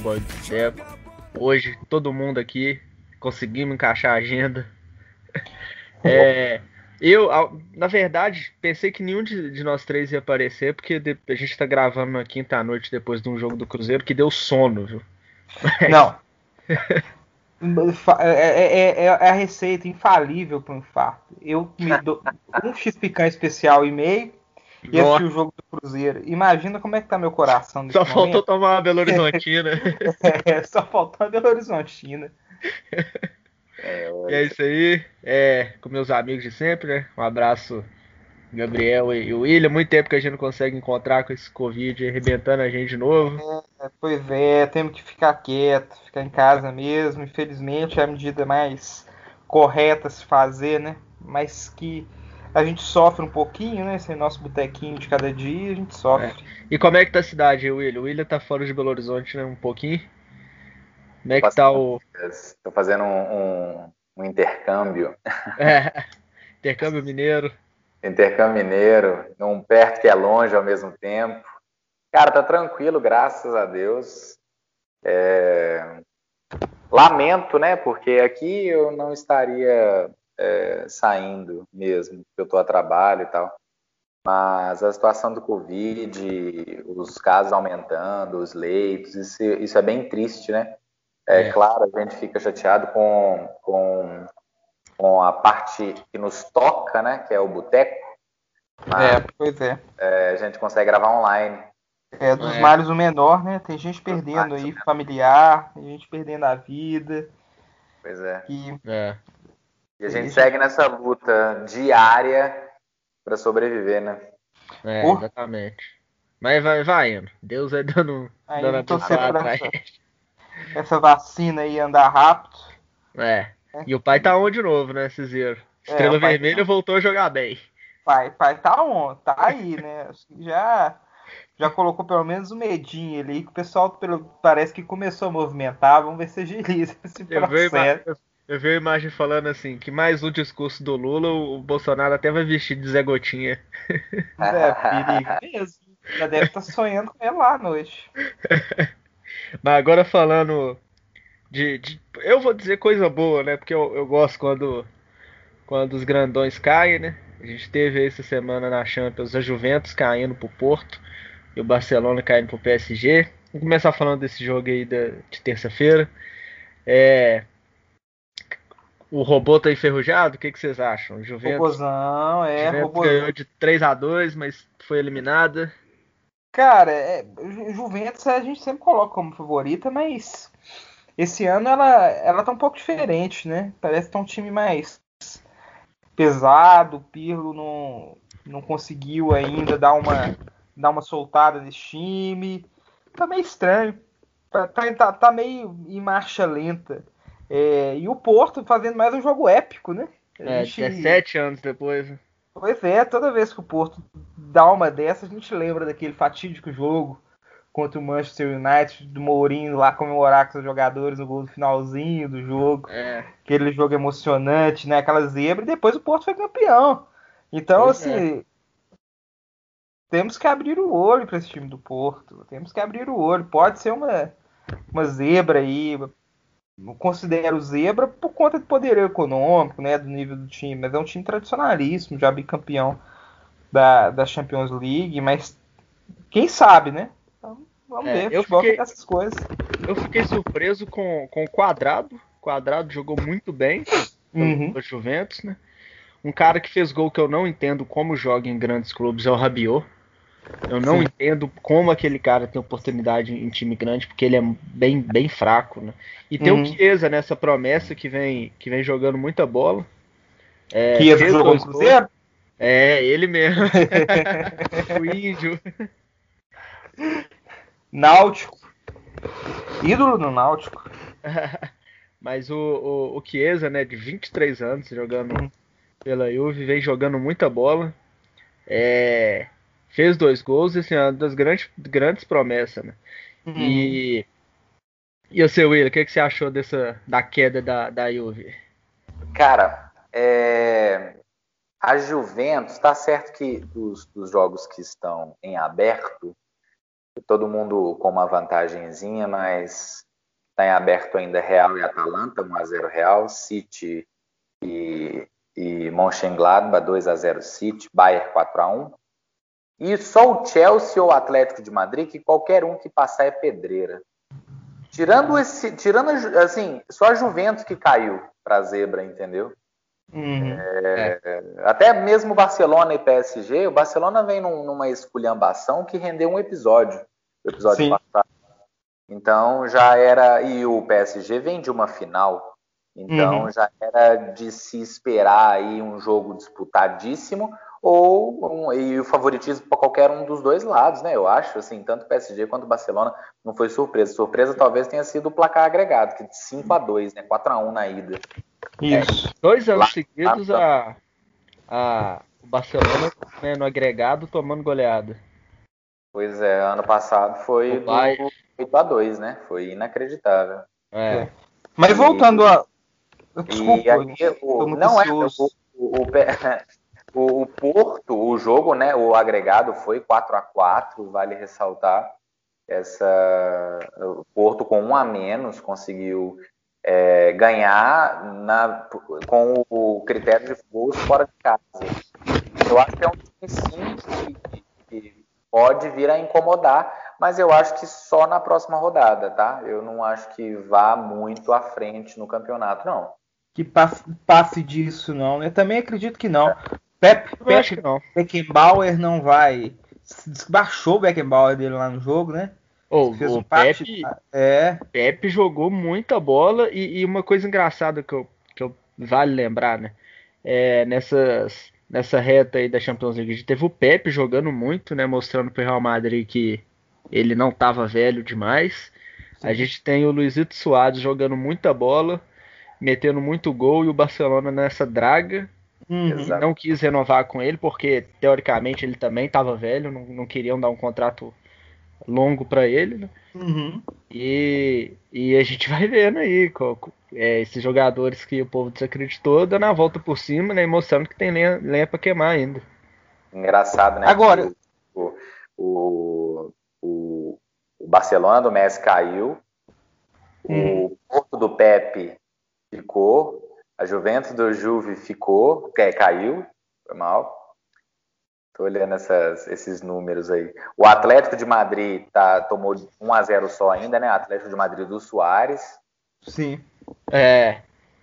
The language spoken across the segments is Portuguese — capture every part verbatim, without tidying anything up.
Futebol de Boteco. Hoje, todo mundo aqui, conseguimos encaixar a agenda. É, eu, na verdade, pensei que nenhum de, de nós três ia aparecer, porque de, a gente tá gravando na quinta-noite depois de um jogo do Cruzeiro que deu sono, viu? Mas... Não. É, é, é, é a receita infalível para um infarto. Eu me dou um X-Picão especial e meio e assisti o jogo do Cruzeiro. Imagina como é que tá meu coração Só nesse faltou momento. tomar uma Belo Horizontina. É, só faltou a Belo Horizontina. É, e é isso aí. É, com meus amigos de sempre, né? Um abraço, Gabriel e o William. Muito tempo que a gente não consegue encontrar com esse Covid arrebentando a gente de novo. É, pois é, temos que ficar quieto, ficar em casa mesmo. Infelizmente é a medida mais correta a se fazer, né? Mas que a gente sofre um pouquinho, né? Esse é nosso botequinho de cada dia, a gente É. sofre. E como é que tá a cidade, William? O William tá fora de Belo Horizonte, né? Um pouquinho. Como Tô é que passando tá o. dias, tô fazendo um, um, um intercâmbio, É, intercâmbio mineiro? intercâmbio mineiro, um perto que é longe ao mesmo tempo. Cara, tá tranquilo, graças a Deus. É, lamento, né? Porque aqui eu não estaria é, saindo mesmo, porque eu tô a trabalho e tal. Mas a situação do Covid, os casos aumentando, os leitos, isso, isso é bem triste, né? É É. claro, a gente fica chateado com, com, com a parte que nos toca, né? Que é o boteco, É, mas pois é. é, a gente consegue gravar online. É dos É. males o menor, né? Tem gente perdendo aí familiar, tem gente perdendo a vida. Pois é. E É. E a gente deixa. segue nessa luta diária para sobreviver, né? É, Pô, exatamente. Mas vai, vai indo. Deus vai dando, aí dando vamos torcer abençoado pra pra essa, gente. essa vacina aí andar rápido. É. Né? E o pai tá on de novo, né, Cizeiro? É, o Estrela pai, Vermelha voltou a jogar bem. pai, pai tá on, tá aí, né? Assim, já, já colocou pelo menos um medinho ali, que o pessoal pelo, parece que começou a movimentar. Vamos ver se agiliza esse Eu vi, ima- processo. eu, eu vi a imagem falando assim, que mais um discurso do Lula, o Bolsonaro até vai vestir de Zé Gotinha. É perigo mesmo. Já deve estar sonhando com ele lá à noite. Mas agora falando de, de- eu vou dizer coisa boa, né? Porque eu, eu gosto quando, quando os grandões caem, né? A gente teve aí essa semana na Champions a Juventus caindo pro Porto e o Barcelona caindo pro P S G. Vamos começar falando desse jogo aí da- de terça-feira. É, o robô tá enferrujado? O que, que vocês acham? Juventus, Robozão, é, Juventus robozão. ganhou de três a dois, mas foi eliminada. Cara, é, Ju- Juventus a gente sempre coloca como favorita, mas esse ano ela, ela tá um pouco diferente, né? Parece que tá um time mais pesado, o Pirlo não, não conseguiu ainda dar uma, dar uma soltada nesse time. Tá meio estranho, tá, tá, tá- tá meio em marcha lenta. É, e o Porto fazendo mais um jogo épico, né? A É, gente. dezessete anos depois. Pois é, toda vez que o Porto dá uma dessa, a gente lembra daquele fatídico jogo contra o Manchester United, do Mourinho lá comemorar com seus jogadores no gol do finalzinho do jogo. É, Aquele jogo emocionante, né? Aquela zebra, e depois o Porto foi campeão. Então, pois é. assim, temos que abrir o olho para esse time do Porto. Temos que abrir o olho. Pode ser uma, uma zebra aí. Eu considero zebra por conta do poder econômico, né? Do nível do time. Mas é um time tradicionalíssimo, já bicampeão da, da Champions League. Mas quem sabe, né? Então, vamos É, ver. eu Futebol tem fiquei, dessas coisas. eu fiquei surpreso com, com o Quadrado. O Quadrado jogou muito bem pelo Uhum. pela Juventus, né? Um cara que fez gol que eu não entendo como joga em grandes clubes é o Rabiot. Eu não Sim. entendo como aquele cara tem oportunidade em time grande, porque ele é bem, bem fraco, né? E tem o Uhum. Chiesa nessa promessa que vem, que vem jogando muita bola. É, Chiesa fez jogou no dois gols. Cruzeiro? É, ele mesmo. O índio. Náutico. Ídolo no Náutico. Mas o, o, o Chiesa, né, de vinte e três anos, jogando pela Juve, vem jogando muita bola. É, fez dois gols e assim, é uma das grandes, grandes promessas, né? Uhum. E, e você, Will, o que, que você achou dessa, da queda da, da Juve? Cara, é, a Juventus, tá certo que dos, dos jogos que estão em aberto, todo mundo com uma vantagenzinha, mas está em aberto ainda Real e Atalanta, um a zero Real, City e, e Mönchengladbach, dois a zero City, Bayern quatro a um. E só o Chelsea ou o Atlético de Madrid, que qualquer um que passar é pedreira. Tirando esse, tirando assim, só a Juventus que caiu para a zebra, entendeu? Uhum. É, é. Até mesmo Barcelona e P S G, o Barcelona vem num, numa esculhambação que rendeu um episódio, o episódio Sim. passado. Então já era, e o P S G vem de uma final, então Uhum. já era de se esperar aí um jogo disputadíssimo, ou um, e o favoritismo para qualquer um dos dois lados, né? Eu acho, assim, tanto o P S G quanto o Barcelona não foi surpresa. Surpresa talvez tenha sido o placar agregado, que de cinco a dois, né? quatro a um na ida. Isso. É, dois anos Lá- seguidos a, a, o Barcelona, né, no agregado tomando goleada. Pois é, ano passado foi O do Bayern, oito a dois, né? Foi inacreditável. é. É. Mas E- voltando a. E Desculpa, aí, tô o, muito não é, ansioso. o, o, o, o Porto, o jogo, né, o agregado foi quatro a quatro, vale ressaltar. Essa, o Porto com um a menos conseguiu é, ganhar na, com o critério de gols fora de casa. Eu acho que é um time sim que, que pode vir a incomodar, mas eu acho que só na próxima rodada, tá? Eu não acho que vá muito à frente no campeonato, não. Que passe, passe disso, não. Eu também acredito que não. Pep, Eu acho que Pep não. Beckenbauer não vai. Baixou o Beckenbauer dele lá no jogo, né? O, Fez o um Pepe, parte. É. Pepe jogou muita bola e, e uma coisa engraçada que eu, que eu vale lembrar, né? É, nessas, nessa reta aí da Champions League, a gente teve o Pepe jogando muito, né? Mostrando pro Real Madrid que ele não tava velho demais. A Sim. gente tem o Luizito Soares jogando muita bola, metendo muito gol, e o Barcelona nessa draga. Uhum. E não quis renovar com ele, porque teoricamente ele também estava velho, não, não queriam dar um contrato longo para ele, né? Uhum. E, e a gente vai vendo aí é, esses jogadores que o povo desacreditou dando a volta por cima, né, e mostrando que tem lenha, lenha para queimar ainda. Engraçado, né? Agora. O, o, o, o Barcelona do Messi caiu, Uhum. o Porto do Pepe ficou, a Juventus do Juve ficou, é, caiu, foi mal. Tô olhando essas, esses números aí. O Atlético de Madrid tá, tomou um a zero só ainda, né? Atlético de Madrid do Suárez. Sim. É.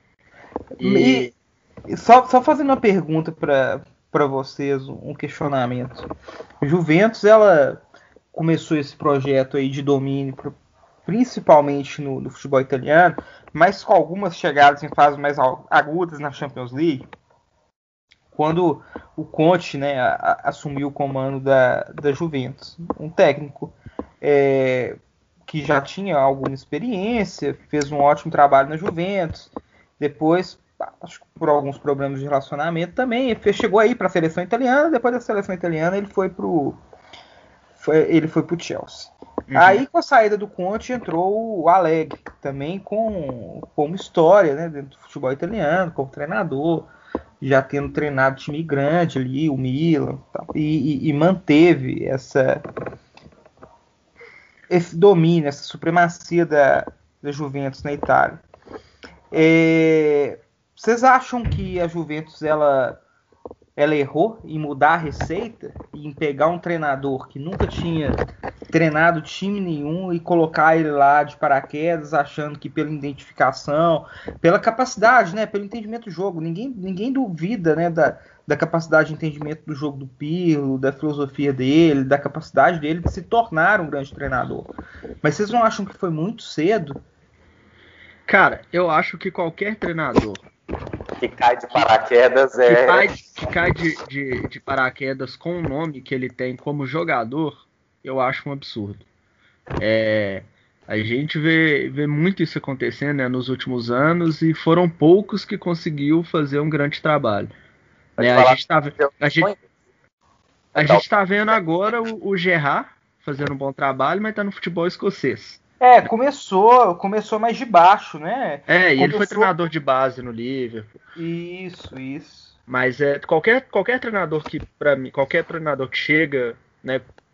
E, E só, só fazendo uma pergunta para vocês, um questionamento. Juventus, ela começou esse projeto aí de domínio, principalmente no, no futebol italiano, mas com algumas chegadas em fases mais agudas na Champions League. Quando o Conte, né, a, a, assumiu o comando da, da Juventus, um técnico é, que já tinha alguma experiência, fez um ótimo trabalho na Juventus, depois, acho que por alguns problemas de relacionamento também, ele chegou aí para a seleção italiana, depois da seleção italiana ele foi pro foi, ele foi pro Chelsea. Uhum. Aí com a saída do Conte entrou o Allegri, também com como história, né, dentro do futebol italiano, como treinador, já tendo treinado time grande ali, o Milan, tal, e, e, e manteve essa, esse domínio, essa supremacia da, da Juventus na Itália. É, vocês acham que a Juventus ela, ela errou em mudar a receita, em pegar um treinador que nunca tinha treinado time nenhum e colocar ele lá de paraquedas, achando que pela identificação, pela capacidade, né, pelo entendimento do jogo, ninguém, ninguém duvida, né, da, da capacidade de entendimento do jogo do Pirlo, da filosofia dele, da capacidade dele de se tornar um grande treinador. Mas vocês não acham que foi muito cedo? Cara, eu acho que qualquer treinador que cai de paraquedas é. Que cai, que cai de, de, de paraquedas com o nome que ele tem como jogador, eu acho um absurdo. É, a gente vê, vê muito isso acontecendo, né, nos últimos anos, e foram poucos que conseguiu fazer um grande trabalho. Né, a gente tá, a gente, a gente tá vendo agora o, o Gerrard fazendo um bom trabalho, mas tá no futebol escocês. É, começou, começou mais de baixo, né? É, e começou... ele foi treinador de base no Liverpool. Isso, isso. Mas é qualquer, qualquer treinador que, para mim, qualquer treinador que chega, né,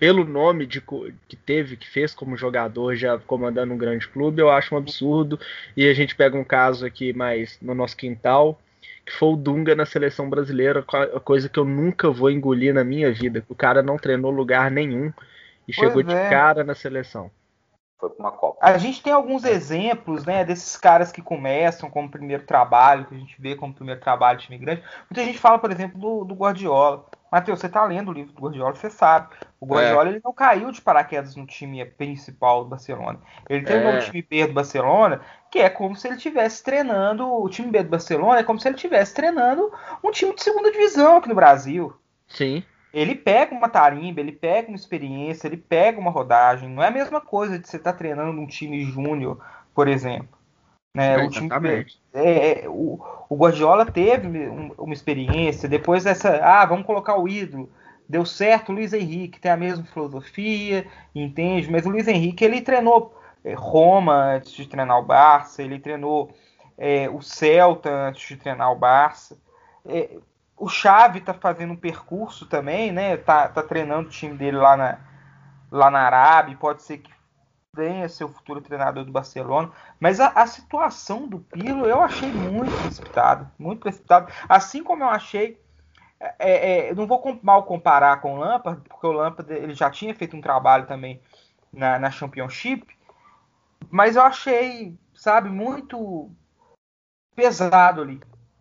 pelo nome de, que teve, que fez como jogador, já comandando um grande clube, eu acho um absurdo. E a gente pega um caso aqui mais no nosso quintal, que foi o Dunga na seleção brasileira, coisa que eu nunca vou engolir na minha vida. O cara não treinou lugar nenhum e Pois chegou de é. cara na seleção. Foi para uma Copa. A gente tem alguns exemplos, né, desses caras que começam como primeiro trabalho, que a gente vê como primeiro trabalho de time grande. Muita gente fala, por exemplo, do, do Guardiola. Matheus, você tá lendo o livro do Guardiola, você sabe. O Guardiola, é. ele não caiu de paraquedas no time principal do Barcelona. Ele treinou é. o time B do Barcelona, que é como se ele estivesse treinando... O time B do Barcelona é como se ele estivesse treinando um time de segunda divisão aqui no Brasil. Sim. Ele pega uma tarimba, ele pega uma experiência, ele pega uma rodagem. Não é a mesma coisa de você estar tá treinando um time júnior, por exemplo. Né? É, o, time, é, é, o, o Guardiola teve um, uma experiência, depois dessa, ah, vamos colocar o ídolo. Deu certo, o Luiz Henrique tem a mesma filosofia, entende? Mas o Luiz Henrique, ele treinou é, Roma antes de treinar o Barça, ele treinou é, o Celta antes de treinar o Barça. É, o Xavi tá fazendo um percurso também, né? Tá, tá treinando o time dele lá na, lá na Arábia, pode ser que venha ser o futuro treinador do Barcelona, mas a, a situação do Pirlo eu achei muito precipitada, muito precipitada, assim como eu achei, é, é, não vou mal comparar com o Lampard, porque o Lampard ele já tinha feito um trabalho também na, na Championship, mas eu achei, sabe, muito pesado ali.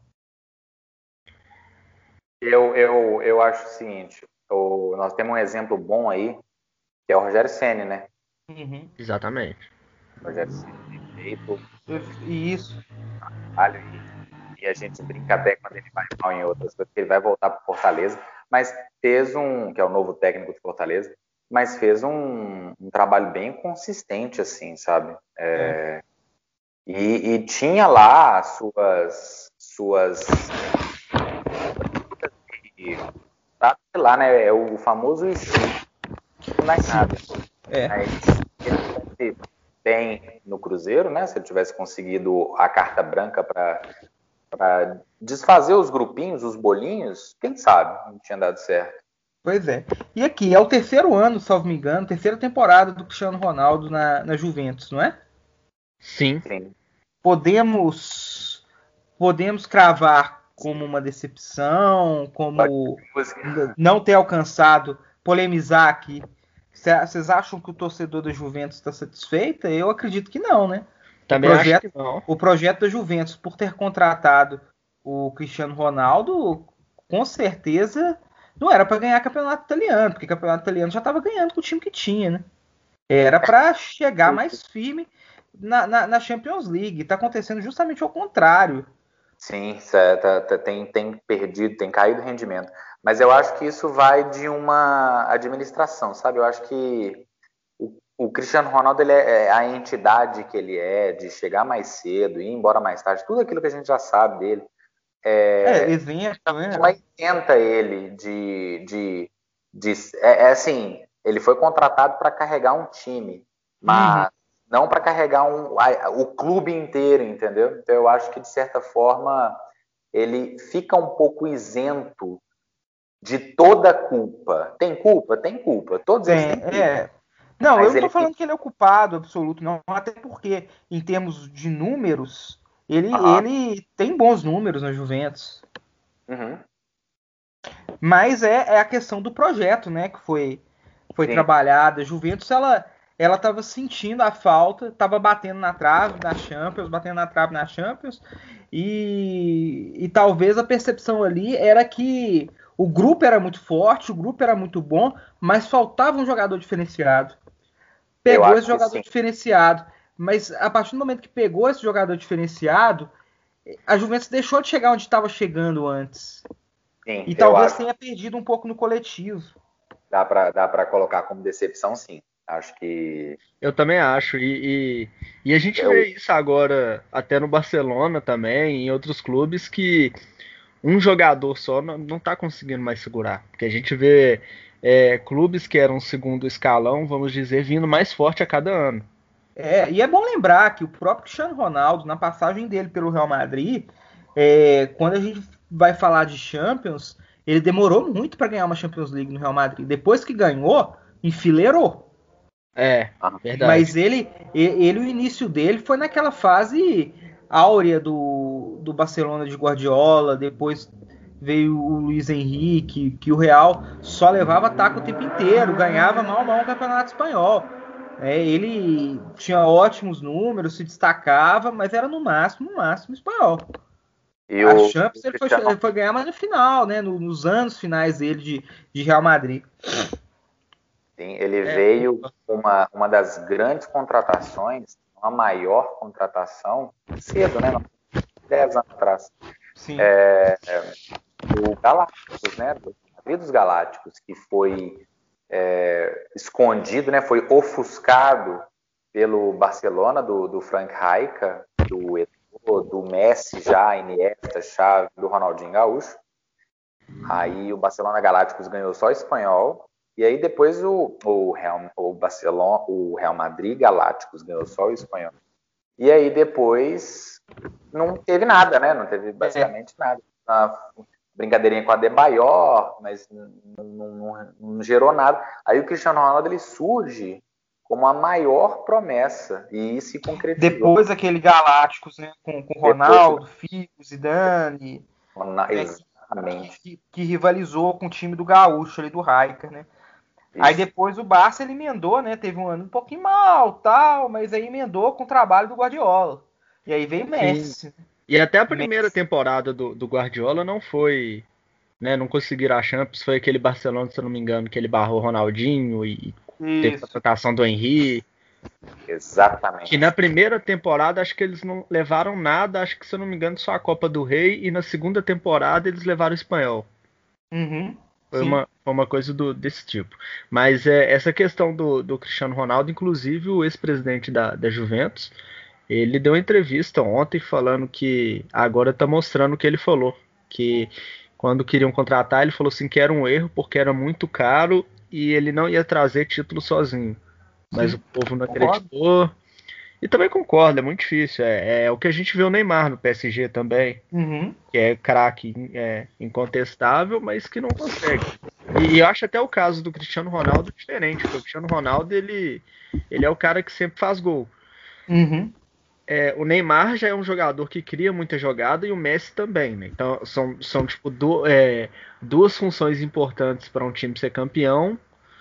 Eu, eu, eu acho o seguinte, o, nós temos um exemplo bom aí, que é o Rogério Ceni, né? Uhum. Exatamente. O Rogério Ceni feito. Isso. E a gente brinca até quando ele vai mal em outras coisas, que ele vai voltar para Fortaleza, mas fez um, que é o novo técnico do Fortaleza, mas fez um, um trabalho bem consistente, assim, sabe? É, é. E, e tinha lá as suas, suas sei lá, né? É o famoso não é nada. É. Mas ele fosse bem no Cruzeiro, né? Se ele tivesse conseguido a carta branca para desfazer os grupinhos, os bolinhos, quem sabe não tinha dado certo. Pois é. E aqui, é o terceiro ano, salvo me engano, terceira temporada do Cristiano Ronaldo na, na Juventus, não é? Sim. Sim. Podemos, podemos cravar como uma decepção, como não ter alcançado, polemizar aqui. Vocês acham que o torcedor da Juventus está satisfeito? Eu acredito que não, né? Também o projeto, acho que não. O projeto da Juventus, por ter contratado o Cristiano Ronaldo, com certeza não era para ganhar campeonato italiano, porque campeonato italiano já estava ganhando com o time que tinha, né? Era para chegar mais firme na, na, na Champions League. Está acontecendo justamente ao contrário. Sim, tá, tá, tem, tem perdido, tem caído o rendimento. Mas eu acho que isso vai de uma administração, sabe? Eu acho que o, o Cristiano Ronaldo, ele é, é a entidade que ele é, de chegar mais cedo, ir embora mais tarde, tudo aquilo que a gente já sabe dele. É, é exemplo, né? Mas tenta ele de... de, de é, é assim, ele foi contratado para carregar um time, mas... Uhum. Não para carregar um, a, o clube inteiro, entendeu? Então eu acho que, de certa forma, ele fica um pouco isento de toda a culpa. Tem culpa? Tem culpa. Todos tem, eles têm culpa. É. Não, Mas eu não tô ele falando fica... que ele é o culpado absoluto, não. Até porque, em termos de números, ele, ah. ele tem bons números na Juventus. Uhum. Mas é, é a questão do projeto, né? Que foi, foi trabalhada. A Juventus, ela... ela estava sentindo a falta, estava batendo na trave na Champions, batendo na trave na Champions, e, e talvez a percepção ali era que o grupo era muito forte, o grupo era muito bom, mas faltava um jogador diferenciado. Pegou esse jogador diferenciado, mas a partir do momento que pegou esse jogador diferenciado, a Juventus deixou de chegar onde estava chegando antes. Sim, e talvez acho... tenha perdido um pouco no coletivo. Dá para dá para colocar como decepção, sim. Acho que... Eu também acho. E, e, e a gente eu... vê isso agora até no Barcelona também, em outros clubes, que um jogador só não, não tá conseguindo mais segurar. Porque a gente vê é, clubes que eram segundo escalão, vamos dizer, vindo mais forte a cada ano. É, e é bom lembrar que o próprio Cristiano Ronaldo, na passagem dele pelo Real Madrid, é, quando a gente vai falar de Champions, ele demorou muito para ganhar uma Champions League no Real Madrid. Depois que ganhou, enfileirou. É, verdade. Mas ele, ele, o início dele foi naquela fase áurea do, do Barcelona de Guardiola, depois veio o Luiz Henrique, que o Real só levava ataque o tempo inteiro, ganhava mal mal o Campeonato Espanhol. É, ele tinha ótimos números, se destacava, mas era no máximo, no máximo espanhol. E A o, Champions o ele foi, Cristiano, ele foi ganhar mais no final, né? Nos anos finais dele de, de Real Madrid. sim, ele É, veio com uma, uma das grandes contratações, a maior contratação, cedo, né? dez anos atrás. Sim. É, o Galácticos, né? Do Madrid dos Galácticos, que foi é, escondido, né? Foi ofuscado pelo Barcelona do, do Frank Rijkaard, do Eto'o, do Messi já, Iniesta, Xavi, do Ronaldinho Gaúcho. Aí o Barcelona Galácticos ganhou só espanhol. E aí depois o, o, Real, o, Barcelona, o Real Madrid Galácticos ganhou só o espanhol. E aí depois não teve nada, né? Não teve basicamente nada. Uma brincadeirinha com a Adebayor, mas não, não, não, não gerou nada. Aí o Cristiano Ronaldo ele surge como a maior promessa e se concretizou. Depois aquele Galácticos, né? Com, com Ronaldo, Figo, Zidane. Exatamente. Que, que rivalizou com o time do Gaúcho ali do Rijkaard, né? Isso. Aí depois o Barça ele emendou, né? Teve um ano um pouquinho mal, tal, mas aí emendou com o trabalho do Guardiola. E aí veio o Messi. Sim. E até a primeira Messi. temporada do, do Guardiola não foi, né? Não conseguiram a Champions, foi aquele Barcelona, se eu não me engano, que ele barrou o Ronaldinho e Isso. teve a contratação do Henry. Exatamente. Que na primeira temporada acho que eles não levaram nada, acho que se eu não me engano só a Copa do Rei, e na segunda temporada eles levaram o espanhol. Uhum. Foi uma, foi uma coisa do, desse tipo. Mas é, essa questão do, do Cristiano Ronaldo, inclusive o ex-presidente da, da Juventus, ele deu uma entrevista ontem falando que agora está mostrando o que ele falou. Que quando queriam contratar, ele falou assim que era um erro porque era muito caro e ele não ia trazer título sozinho. Mas Sim, o povo não acreditou. E também concordo, é muito difícil. É, é o que a gente vê o Neymar no P S G também. Uhum. Que é craque é, incontestável, mas que não consegue. E, e eu acho até o caso do Cristiano Ronaldo diferente, porque o Cristiano Ronaldo ele, ele é o cara que sempre faz gol. Uhum. É, o Neymar já é um jogador que cria muita jogada e o Messi também, né? Então são, são tipo do, é, duas funções importantes para um time ser campeão,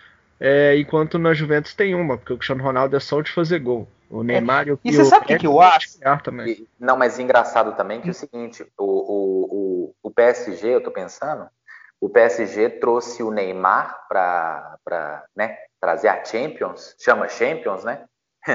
é, enquanto na Juventus tem uma, porque o Cristiano Ronaldo é só o de fazer gol. O Neymar é. e o E você sabe o que, que eu acho? Também. E, não, mas engraçado também que é o seguinte, o, o, o, o P S G, eu tô pensando, o P S G trouxe o Neymar para né, trazer a Champions, chama Champions, né?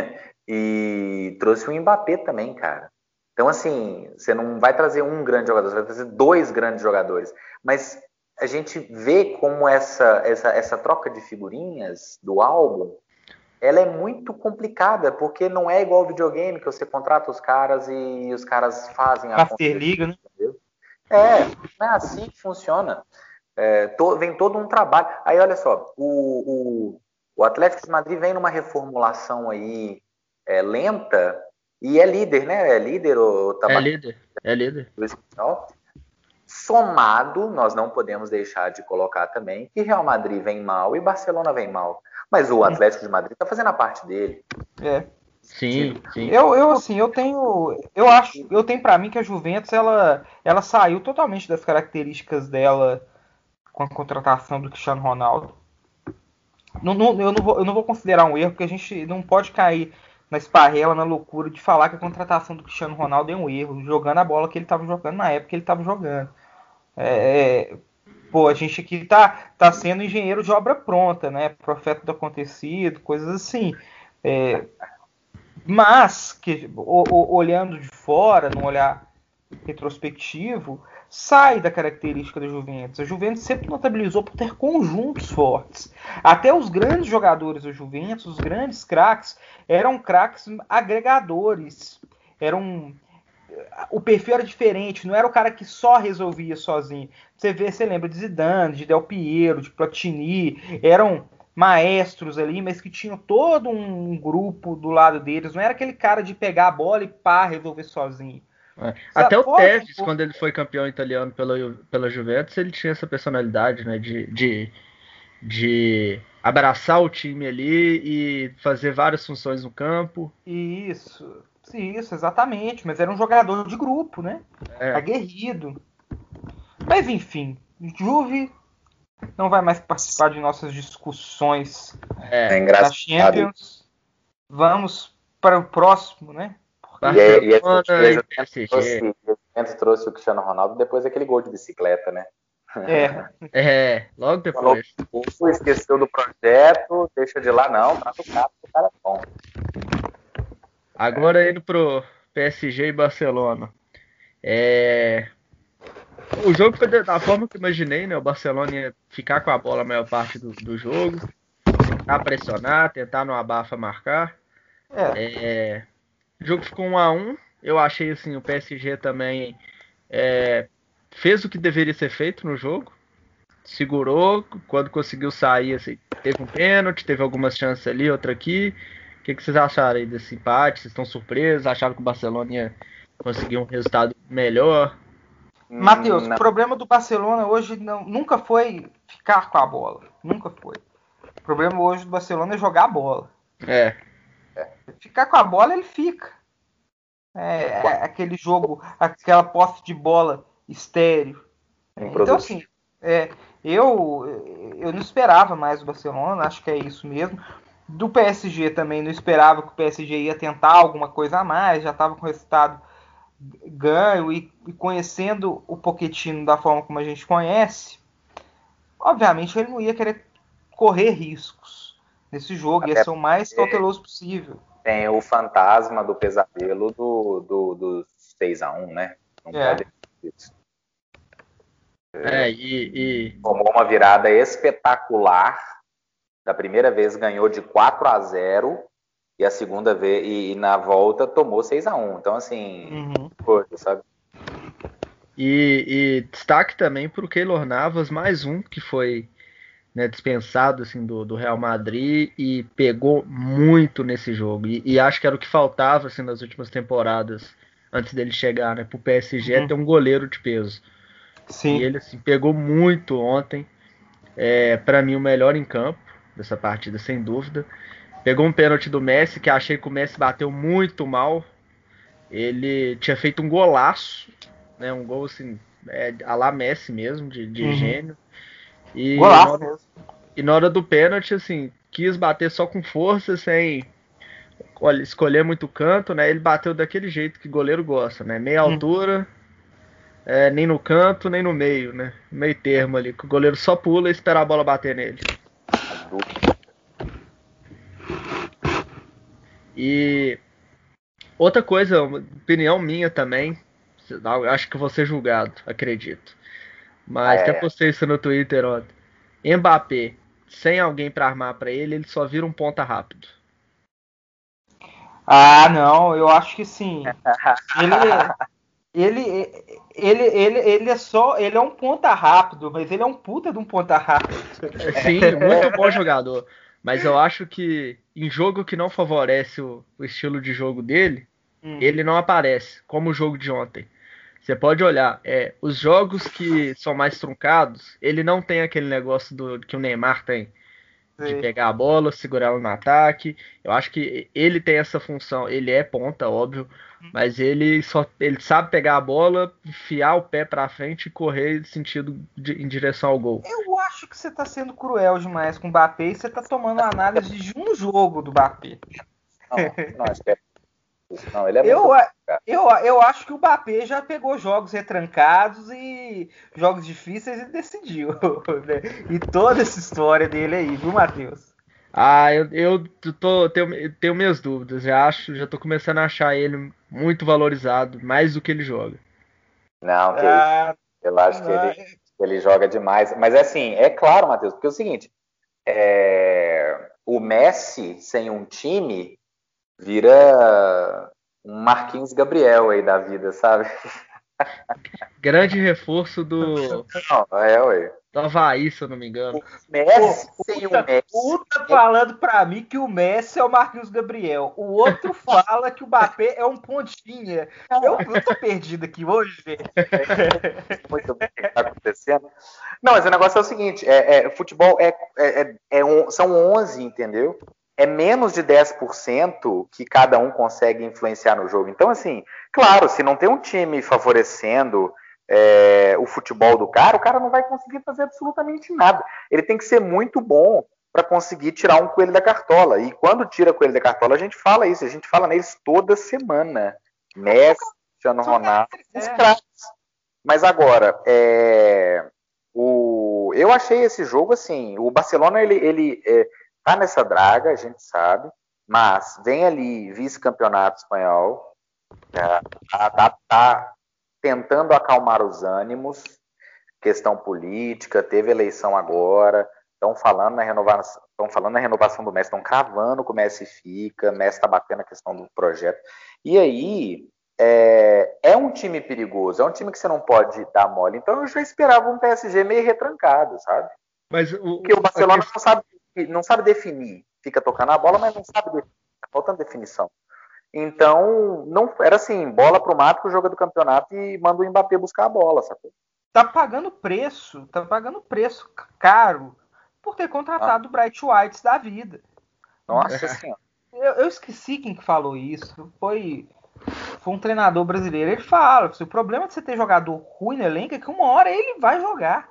E trouxe o Mbappé também, cara. Então, assim, você não vai trazer um grande jogador, você vai trazer dois grandes jogadores. Mas a gente vê como essa, essa, essa troca de figurinhas do álbum, ela é muito complicada, porque não é igual ao videogame, que você contrata os caras e os caras fazem a Liga, né? É, não é assim que funciona. É, to, vem todo um trabalho. Aí, olha só, o, o, o Atlético de Madrid vem numa reformulação aí é, lenta e é líder, né? É líder ou tá É líder, é líder. Somado, nós não podemos deixar de colocar também que Real Madrid vem mal e Barcelona vem mal. Mas o Atlético de Madrid está fazendo a parte dele. É. Sim, sim. Eu, eu assim, eu tenho, eu acho, eu tenho para mim que a Juventus ela, ela saiu totalmente das características dela com a contratação do Cristiano Ronaldo. Não, não, eu, não vou, eu não vou considerar um erro, porque a gente não pode cair na esparrela, na loucura de falar que a contratação do Cristiano Ronaldo é um erro, jogando a bola que ele estava jogando na época que ele estava jogando. É, pô, a gente aqui tá, tá sendo engenheiro de obra pronta, né? Profeta do acontecido, coisas assim. É, mas, que, o, o, olhando de fora, num olhar retrospectivo, sai da característica da Juventus. A Juventus sempre notabilizou por ter conjuntos fortes. Até os grandes jogadores da Juventus, os grandes craques, eram craques agregadores. Eram... O perfil era diferente, não era o cara que só resolvia sozinho. Você vê, você lembra de Zidane, de Del Piero, de Platini, eram maestros ali, mas que tinham todo um grupo do lado deles. Não era aquele cara de pegar a bola e pá, resolver sozinho. É. Até o Tevez, quando ele foi campeão italiano pela, pela Juventus, ele tinha essa personalidade, né, de, de, de abraçar o time ali e fazer várias funções no campo. Isso, isso, exatamente. Mas era um jogador de grupo, né? É. Aguerrido. Mas enfim, Juve não vai mais participar de nossas discussões É da Champions. Vamos para o próximo, né? E, é, e, Barcelona e P S G. trouxe, o trouxe o Cristiano Ronaldo depois daquele gol de bicicleta, né? É. É, logo depois. Falou, esqueceu do projeto, deixa de lá, não, tá no carro, o cara é bom. Agora indo pro P S G e Barcelona. É... O jogo foi da forma que eu imaginei, né? O Barcelona ia ficar com a bola a maior parte do, do jogo, tentar pressionar, tentar no abafa marcar. É. É... O jogo ficou um a um. Eu achei assim, o P S G também é... fez o que deveria ser feito no jogo. Segurou, quando conseguiu sair, assim, teve um pênalti, teve algumas chances ali, outra aqui. O que, que vocês acharam aí desse empate? Vocês estão surpresos? Acharam que o Barcelona ia conseguir um resultado melhor? Matheus, o problema do Barcelona hoje não, nunca foi ficar com a bola. Nunca foi. O problema hoje do Barcelona é jogar a bola. É. Ficar com a bola, ele fica. É, é aquele jogo, aquela posse de bola estéreo. Então, assim, é, eu, eu não esperava mais o Barcelona, acho que é isso mesmo. Do P S G também, não esperava que o P S G ia tentar alguma coisa a mais, já estava com o resultado ganho e, e conhecendo o Pochettino da forma como a gente conhece, obviamente ele não ia querer correr riscos nesse jogo, Até ia ser o mais cauteloso possível. Tem o fantasma do pesadelo do, do, do seis a um, né? Não é. pode isso. É, e, e... Tomou uma virada espetacular. Da primeira vez ganhou de quatro a zero e a segunda vez, e, e na volta tomou seis a um. Então, assim, uhum. coisa, sabe? E, e destaque também para o Keylor Navas, mais um que foi, né, dispensado assim, do, do Real Madrid e pegou muito nesse jogo. E, e acho que era o que faltava assim, nas últimas temporadas, antes dele chegar, né, para o P S G, uhum. ter um goleiro de peso. Sim. E ele assim, pegou muito ontem. É, para mim, o melhor em campo dessa partida, sem dúvida. Pegou um pênalti do Messi, que achei que o Messi bateu muito mal. Ele tinha feito um golaço, né? Um gol assim, é, a la Messi mesmo, de, de uhum. gênio. E golaço na, hora, e na hora do pênalti, assim, quis bater só com força, sem olha, escolher muito canto, né? Ele bateu daquele jeito que goleiro gosta, né? Meia uhum. altura, é, nem no canto, nem no meio, né? Meio termo ali, que o goleiro só pula e espera a bola bater nele. E outra coisa, opinião minha também, acho que vou ser julgado, acredito. Mas ah, é. até postei isso no Twitter ontem. Mbappé, sem alguém para armar para ele, ele só vira um ponta rápido. Ah, não, eu acho que sim. Ele, ele, ele, ele, ele é só, ele é um ponta rápido, mas ele é um puta de um ponta rápido. Sim, muito bom jogador. Mas eu acho que em jogo que não favorece o, o estilo de jogo dele, hum. ele não aparece, como o jogo de ontem. Você pode olhar, é, os jogos que são mais truncados, ele não tem aquele negócio do, que o Neymar tem, de Sim. pegar a bola, segurar ela no ataque. Eu acho que ele tem essa função, ele é ponta, óbvio, mas ele só ele sabe pegar a bola, enfiar o pé pra frente e correr sentido de, em direção ao gol. Eu acho que você tá sendo cruel demais com o Mbappé e você tá tomando a análise de um jogo do Mbappé. Não, não, acho que é Não, ele é eu, muito... eu, eu acho que o Mbappé já pegou jogos retrancados e jogos difíceis e decidiu. Né? E toda essa história dele aí, viu, Matheus? Ah, eu, eu tô, tenho, tenho minhas dúvidas. Já acho, já tô começando a achar ele muito valorizado, mais do que ele joga. Não, que ah, eu acho que ele, ele joga demais. Mas assim, é claro, Matheus, porque é o seguinte, é, o Messi sem um time vira um Marquinhos Gabriel aí da vida, sabe? Grande reforço do... Não, é, ué. do Havaí, se eu não me engano. O Messi Pô, sem puta, o Messi. Puta falando pra mim que o Messi é o Marquinhos Gabriel. O outro fala que o Mbappé é um pontinha. Eu, eu tô perdido aqui hoje, velho. Muito bem o que tá acontecendo. acontecendo. Não, mas o negócio é o seguinte, é, é, futebol é, é, é, é um, são onze, entendeu? É menos de dez por cento que cada um consegue influenciar no jogo. Então, assim, claro, se não tem um time favorecendo é, o futebol do cara, o cara não vai conseguir fazer absolutamente nada. Ele tem que ser muito bom para conseguir tirar um coelho da cartola. E quando tira coelho da cartola, a gente fala isso, a gente fala neles toda semana. Messi, Cristiano Ronaldo, os craques. Mas agora, é, o, eu achei esse jogo assim, o Barcelona, ele, ele é, tá nessa draga, a gente sabe, mas vem ali vice-campeonato espanhol, tá, tá, tá tentando acalmar os ânimos, questão política, teve eleição agora, estão falando na renovação, estão falando na renovação do Messi, estão cravando que o Messi fica, o Messi está batendo a questão do projeto. E aí, é, é um time perigoso, é um time que você não pode dar mole. Então eu já esperava um P S G meio retrancado, sabe? Mas o, Porque o Barcelona não sabe, não sabe definir, fica tocando a bola, mas não sabe definir, tá faltando definição. Então, não era assim, bola pro mato que joga do campeonato e manda o Mbappé buscar a bola, sacou? Tá pagando preço, tá pagando preço caro por ter contratado o ah. Bright Whites da vida. Nossa Senhora. Eu, eu esqueci quem que falou isso. Foi, foi um treinador brasileiro. Ele fala, o problema de você ter jogador ruim no elenco é que uma hora ele vai jogar.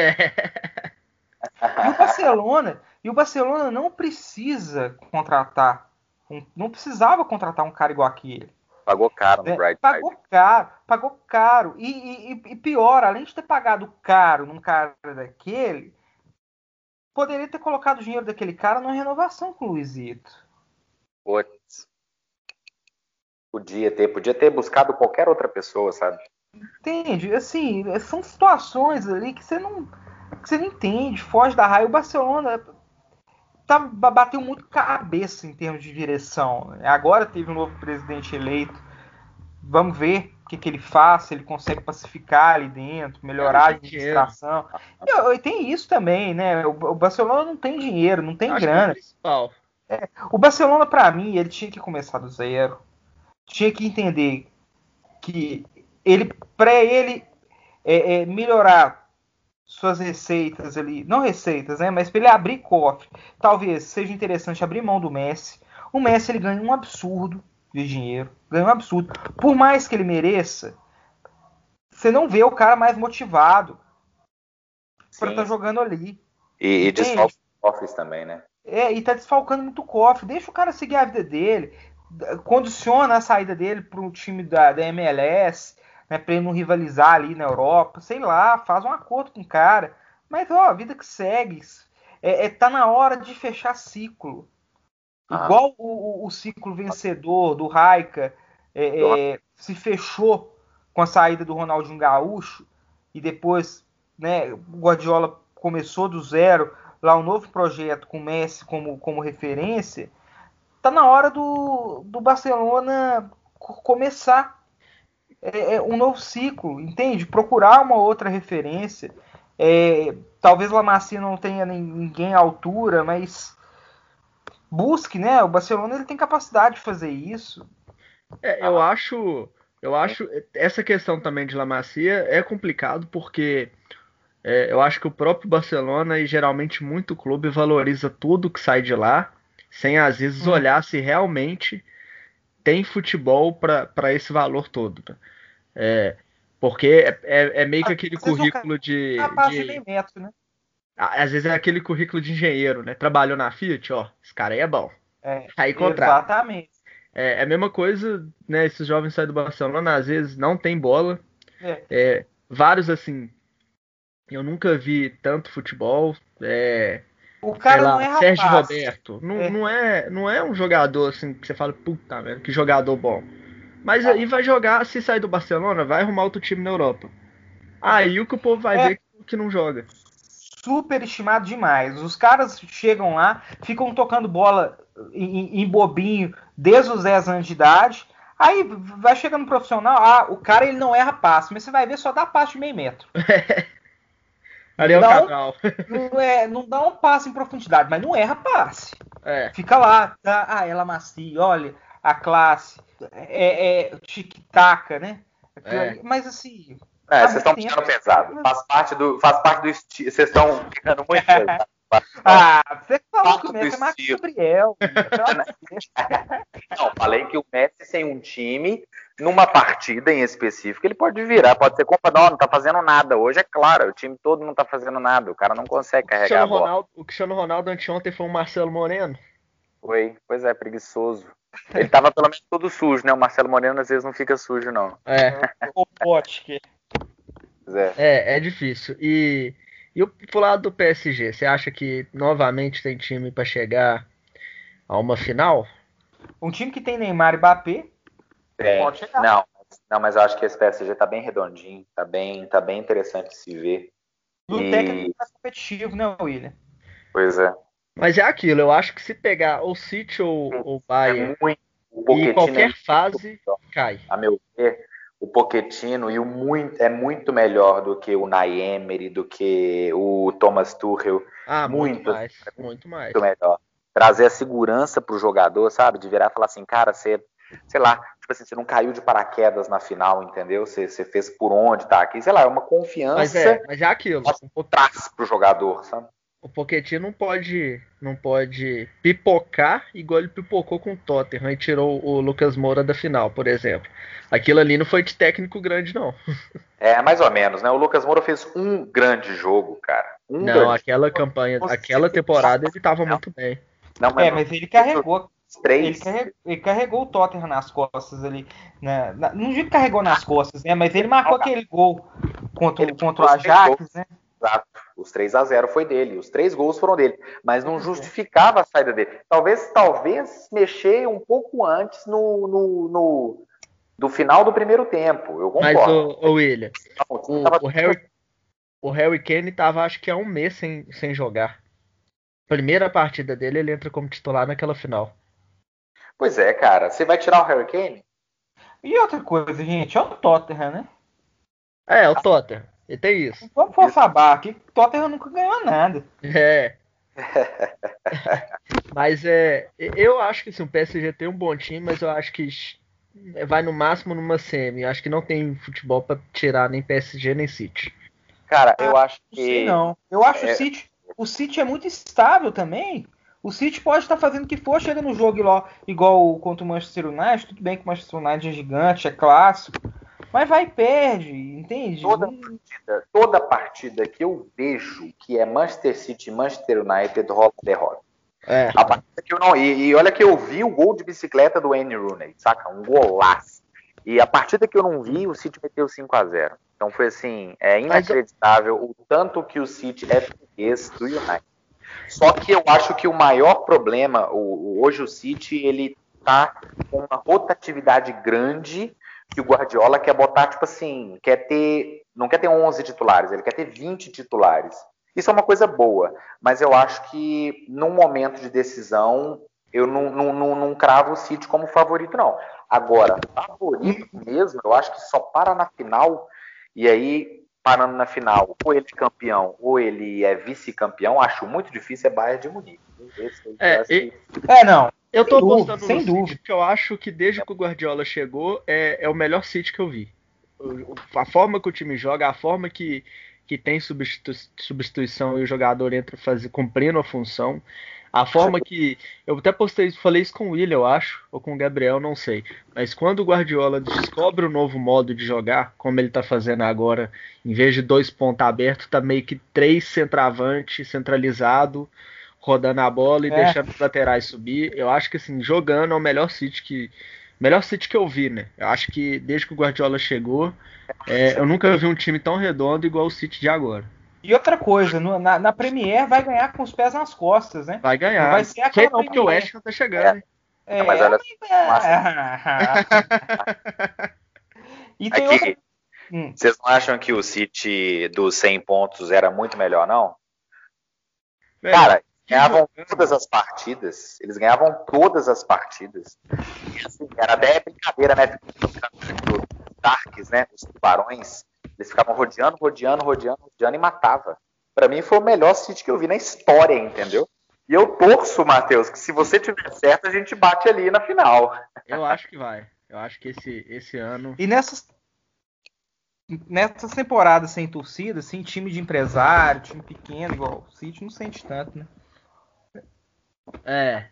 E o Barcelona, e o Barcelona não precisa contratar, não precisava contratar um cara igual aquele. Pagou caro no Bright. Pagou caro, pagou caro. E, e, e pior, além de ter pagado caro num cara daquele, poderia ter colocado o dinheiro daquele cara numa renovação com o Luizito. Putz. Podia ter, podia ter buscado qualquer outra pessoa, sabe? Entende? Assim, são situações ali que você não, que você não entende, foge da raia. O Barcelona tá, bateu muito cabeça em termos de direção. Agora teve um novo presidente eleito. Vamos ver o que, que ele faz, se ele consegue pacificar ali dentro, melhorar a administração. E, e tem isso também, né? O, o Barcelona não tem dinheiro, não tem grana. É, o Barcelona, para mim, ele tinha que começar do zero. Tinha que entender que ele, para ele é, é, melhorar suas receitas ali, não receitas, né? Mas para ele abrir cofre, talvez seja interessante abrir mão do Messi. O Messi ele ganha um absurdo de dinheiro, ganha um absurdo. Por mais que ele mereça, você não vê o cara mais motivado para estar tá jogando ali. E, e desfalca cofres também, né? É, e tá desfalcando muito cofre. Deixa o cara seguir a vida dele, condiciona a saída dele para o time da, da M L S, né, para ele não rivalizar ali na Europa, sei lá, faz um acordo com o cara. Mas ó, a vida que segue, é, é, tá na hora de fechar ciclo. Ah. Igual o, o ciclo vencedor do Raika é, é, se fechou com a saída do Ronaldinho Gaúcho e depois, né, o Guardiola começou do zero, lá um novo projeto com o Messi como, como referência. Tá na hora do, do Barcelona começar é, é, um novo ciclo, entende? Procurar uma outra referência. É, talvez La Masia não tenha ninguém à altura, mas busque, né? O Barcelona ele tem capacidade de fazer isso. É, eu ah. acho, eu acho essa questão também de La Masia é complicado porque é, eu acho que o próprio Barcelona e geralmente muito clube valoriza tudo que sai de lá, sem às vezes hum. olhar se realmente tem futebol para esse valor todo. É, porque é, é, é meio que aquele currículo de, de... de metro, né? Às vezes é aquele currículo de engenheiro, né? Trabalhou na Fiat, ó, esse cara aí é bom. É, aí contrata. Exatamente. É, é a mesma coisa, né? Esses jovens saem do Barcelona, às vezes não tem bola. É. É, vários, assim, eu nunca vi tanto futebol. É, o cara lá, não é rapaz. Sérgio Roberto. Não é. Não, é, não é um jogador, assim, que você fala, puta merda, que jogador bom. Mas aí vai jogar, se sair do Barcelona, vai arrumar outro time na Europa. Aí o que o povo vai é. ver que não joga. Super estimado demais. Os caras chegam lá, ficam tocando bola em, em bobinho desde os dez anos de idade. Aí vai chegando no profissional, ah, o cara ele não erra passe, mas você vai ver só dá passe de meio metro. Ali é o canal. Não, é, não dá um passe em profundidade, mas não erra passe. É. Fica lá, tá? Ah, ela macia, olha a classe, é, é tic-tac, né? É. Mas assim, É, vocês estão ficando pesado. Faz parte do, faz parte do estilo. Vocês estão ficando muito pesado. Ah, você falou que o Parte do Messi é Marcos estilo. Gabriel. Não, falei que o Messi sem um time, numa partida em específico, ele pode virar, pode ser culpa, não, não tá fazendo nada. Hoje é claro, o time todo não tá fazendo nada, o cara não consegue carregar a Cristiano bola. Ronaldo, o Cristiano Ronaldo anteontem foi o Marcelo Moreno. Foi, pois é, preguiçoso. Ele tava pelo menos todo sujo, né? O Marcelo Moreno às vezes não fica sujo, não. É, O pote. Pois é. é, é difícil. E, e o, pro lado do P S G, você acha que novamente tem time pra chegar a uma final? Um time que tem Neymar e Mbappé Tem. pode chegar. Não, mas- não, mas eu acho que esse P S G tá bem redondinho, tá bem, tá bem interessante de se ver. E o E- técnico mais competitivo, né, William? Pois é. Mas é aquilo, eu acho que se pegar ou City ou, ou Bayern, É muito. O e Pochettino qualquer é fase, muito, cai. a meu ver, o Pochettino e o muito, é muito melhor do que o Unai Emery, do que o Thomas Tuchel. Ah, muito, Muito, mais, muito mais. muito melhor. Trazer a segurança pro jogador, sabe? De virar e falar assim, cara, você, sei lá, tipo assim, você não caiu de paraquedas na final, entendeu? Você, você fez por onde tá aqui, sei lá, é uma confiança Mas é, mas é aquilo. Nossa. O, Po- traz pro jogador, sabe? o Pochettino não pode, não pode pipocar igual ele pipocou com o Tottenham e tirou o Lucas Moura da final, por exemplo. Aquilo ali não foi de técnico grande, não. É, mais ou menos, né? O Lucas Moura fez um grande jogo, cara. Um Não, grande aquela campanha, aquela temporada ele tava muito bem. Não, É, mas ele carregou. Ele três. carregou, ele carregou o Tottenham nas costas ali. Né? Na- não digo que carregou nas costas, né? Mas ele marcou aquele gol contra, Ele contra o marcou os três Ajax, gols. né? Exato. Os três a zero foi dele. Os três gols foram dele. Mas não justificava a saída dele. Talvez, talvez mexer um pouco antes no, no, no, do final do primeiro tempo. Eu Mas concordo. o, o William, Não, o time o, tava- o Harry, o Harry Kane tava acho que há um mês sem, sem jogar. Primeira partida dele, ele entra como titular naquela final. Pois é, cara. Você vai tirar o Harry Kane? E outra coisa, gente, é o Tottenham, né? É, o Tottenham. E tem isso. Vamos forçar a barra aqui, o Tottenham nunca ganhou nada. É. Mas é. Eu acho que assim, o P S G tem um bom time, mas eu acho que vai no máximo numa semi. Eu acho que não tem futebol pra tirar nem P S G nem City. Cara, eu acho Não sei que. não. Eu acho é- o City. O City é muito estável também. O City pode estar fazendo o que for, chega no jogo igual, igual contra o Manchester United. Tudo bem que o Manchester United é gigante, é clássico. Mas vai e perde, entende? Toda Não- partida, toda partida que eu vejo que é Manchester City e Manchester United rola derrota. É. A partida que eu não, e, e olha que eu vi o gol de bicicleta do Wayne Rooney, saca? Um golaço. E a partida que eu não vi, o City meteu cinco a zero. Então foi assim, é inacreditável o tanto que o City é freguês do United. Só que eu acho que o maior problema, o, o- hoje o City, ele tá com uma rotatividade grande que o Guardiola quer botar, tipo assim, quer ter, não quer ter onze titulares, ele quer ter vinte titulares. Isso é uma coisa boa, mas eu acho que num momento de decisão, eu não, não, não, não cravo o City como favorito, não. Agora, favorito mesmo, eu acho que só para na final, e aí, parando na final, ou ele é campeão, ou ele é vice-campeão, acho muito difícil, é Bayern de Munique. Esse aí, É, eu acho e- que- É, não. Eu tô Sem dúvida, apostando sem no City dúvida. porque eu acho que desde que o Guardiola chegou é, é o melhor City que eu vi. O- o- A forma que o time joga, a forma que, que tem substitu- substituição e o jogador entra faz, cumprindo a função, a forma que. Eu até postei, falei isso com o William, eu acho, ou com o Gabriel, não sei. Mas quando o Guardiola descobre o novo modo de jogar, como ele tá fazendo agora, em vez de dois pontos abertos, tá meio que três centroavante centralizado, rodando a bola e É. deixando os laterais subir. Eu acho que assim, jogando é o melhor City que. Melhor City que eu vi, né? Eu acho que desde que o Guardiola chegou, é, eu nunca vi um time tão redondo igual o City de agora. E outra coisa, no- na, na Premier vai ganhar com os pés nas costas, né? Vai ganhar. Não vai ser Sei aquela não, porque o Premier. West Ham tá chegando, hein? É, mas olha, E tem Aqui, outra. Hum. vocês não acham que o City dos cem pontos era muito melhor, não? Velho, Cara, que ganhavam jogando. todas as partidas. Eles ganhavam todas as partidas. E, assim, era até brincadeira, né? Os Starks, né? Os tubarões. Eles ficavam rodeando, rodeando, rodeando, rodeando e matava. Pra mim foi o melhor City que eu vi na história, entendeu? E eu torço, Matheus, que se você tiver certo, a gente bate ali na final. Eu acho que vai. Eu acho que esse, esse ano. E nessas. nessas temporadas sem torcida, assim, time de empresário, time pequeno, igual o City, não sente tanto, né? É.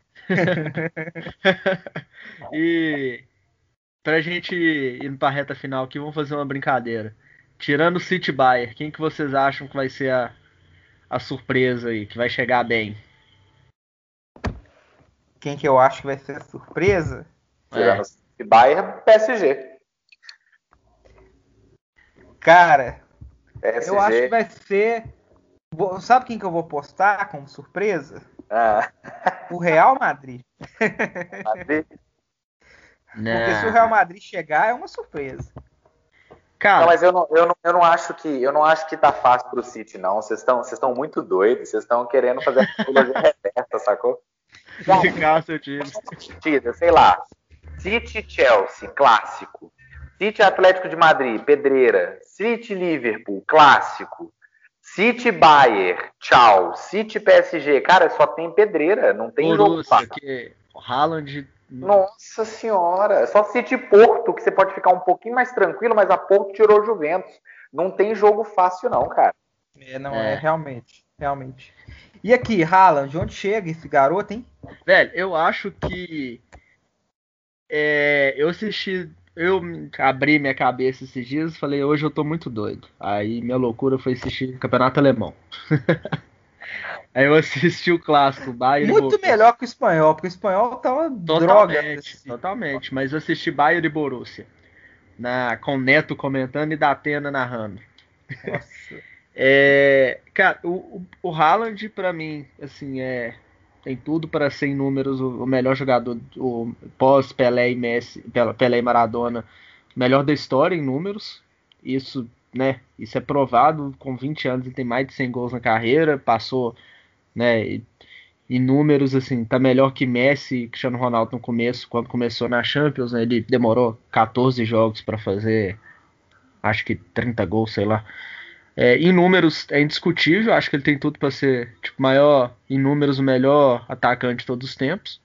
E pra gente ir pra reta final aqui, vamos fazer uma brincadeira. Tirando o City Bayern, quem que vocês acham que vai ser a, a surpresa aí, que vai chegar bem? Quem que eu acho que vai ser a surpresa? Tirando É. o Bayern, P S G. Cara, P S G. eu acho que vai ser... Sabe quem que eu vou postar como surpresa? Ah. O Real Madrid. Madrid. Porque se o Real Madrid chegar, é uma surpresa. Cara, não, mas eu não, eu, não, eu não acho que eu não acho que tá fácil pro City, não. Vocês estão vocês estão muito doidos, vocês estão querendo fazer a psicologia reversa, sacou? Ficar seu time. Sei lá. City Chelsea, clássico. City Atlético de Madrid, pedreira. City Liverpool, clássico. City Bayern, tchau. City P S G, cara, só tem pedreira, não tem Borussia, jogo fácil. Que o Haaland... Nossa senhora, só City Porto que você pode ficar um pouquinho mais tranquilo, mas a Porto tirou o Juventus. Não tem jogo fácil não, cara. É, não é, é realmente, realmente. E aqui, Haaland, onde chega esse garoto, hein? Velho, eu acho que é, eu assisti, eu abri minha cabeça esses dias e falei, hoje eu tô muito doido. Aí minha loucura foi assistir Campeonato Alemão. Aí eu assisti o clássico, Bayern Muito e melhor que o espanhol, porque o espanhol tá uma totalmente, droga. Totalmente, mas eu assisti Bayern e Borussia, na, com o Neto comentando e da Atena narrando. Nossa. É, cara, o, o Haaland pra mim, assim, é tem tudo para ser em números o, o melhor jogador, o pós Pelé e Messi, Pelé e Maradona, melhor da história em números. Isso, né? Isso é provado. Com vinte anos ele tem mais de cem gols na carreira, passou, né? Em números assim, tá melhor que Messi e Cristiano Ronaldo no começo, quando começou na Champions, né, ele demorou quatorze jogos para fazer, acho que trinta gols, sei lá. É, em números é indiscutível, acho que ele tem tudo para ser tipo, maior, em números, o melhor atacante de todos os tempos.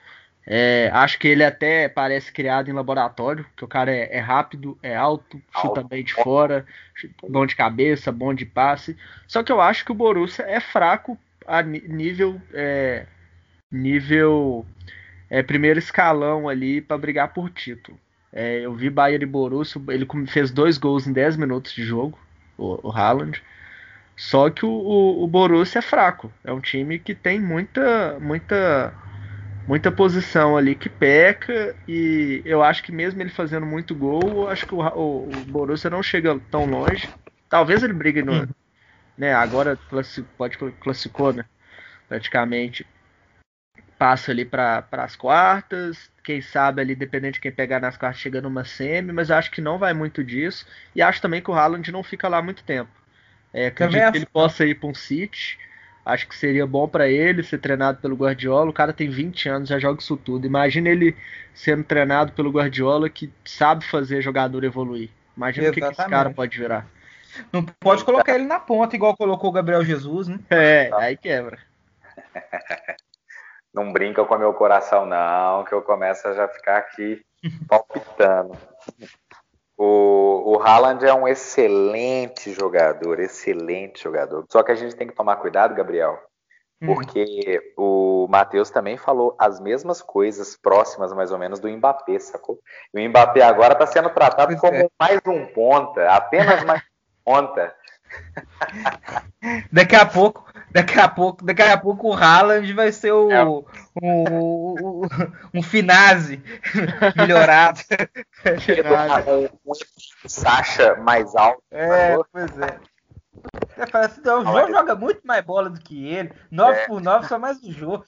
É, acho que ele até parece criado em laboratório, que o cara é, é rápido, é alto, chuta bem de fora, bom de cabeça, bom de passe. Só que eu acho que o Borussia é fraco a nível é, nível é, primeiro escalão ali para brigar por título. É, eu vi Bayern e Borussia, ele fez dois gols em dez minutos de jogo, o, o Haaland. Só que o, o, o Borussia é fraco. É um time que tem muita, muita, muita posição ali que peca. E eu acho que mesmo ele fazendo muito gol, eu acho que o, o, o Borussia não chega tão longe. Talvez ele brigue no, né? Agora classi, pode classificou, né? Praticamente passa ali para as quartas. Quem sabe ali, dependendo de quem pegar nas quartas, chega numa semi. Mas eu acho que não vai muito disso. E acho também que o Haaland não fica lá muito tempo. É, acredito que ele possa ir para um City. Acho que seria bom para ele ser treinado pelo Guardiola. O cara tem vinte anos, já joga isso tudo. Imagina ele sendo treinado pelo Guardiola, que sabe fazer jogador evoluir. Imagina o que, que esse cara pode virar. Não pode colocar ele na ponta, igual colocou o Gabriel Jesus, né? É, aí quebra. Não brinca com o meu coração, não, que eu começo a já ficar aqui palpitando. O, o Haaland é um excelente jogador, excelente jogador. Só que a gente tem que tomar cuidado, Gabriel, porque hum. o Matheus também falou as mesmas coisas próximas, mais ou menos, do Mbappé, sacou? E o Mbappé agora está sendo tratado pois como é. mais um ponta, apenas mais um ponta. Daqui a pouco, daqui a pouco, daqui a pouco o Haaland vai ser o, é. o, o, o um Finazzi melhorado. Um Sacha mais alto. É, pois é. Você fala assim, então, o Jô é. joga muito mais bola do que ele. nove por nove só mais o Jô.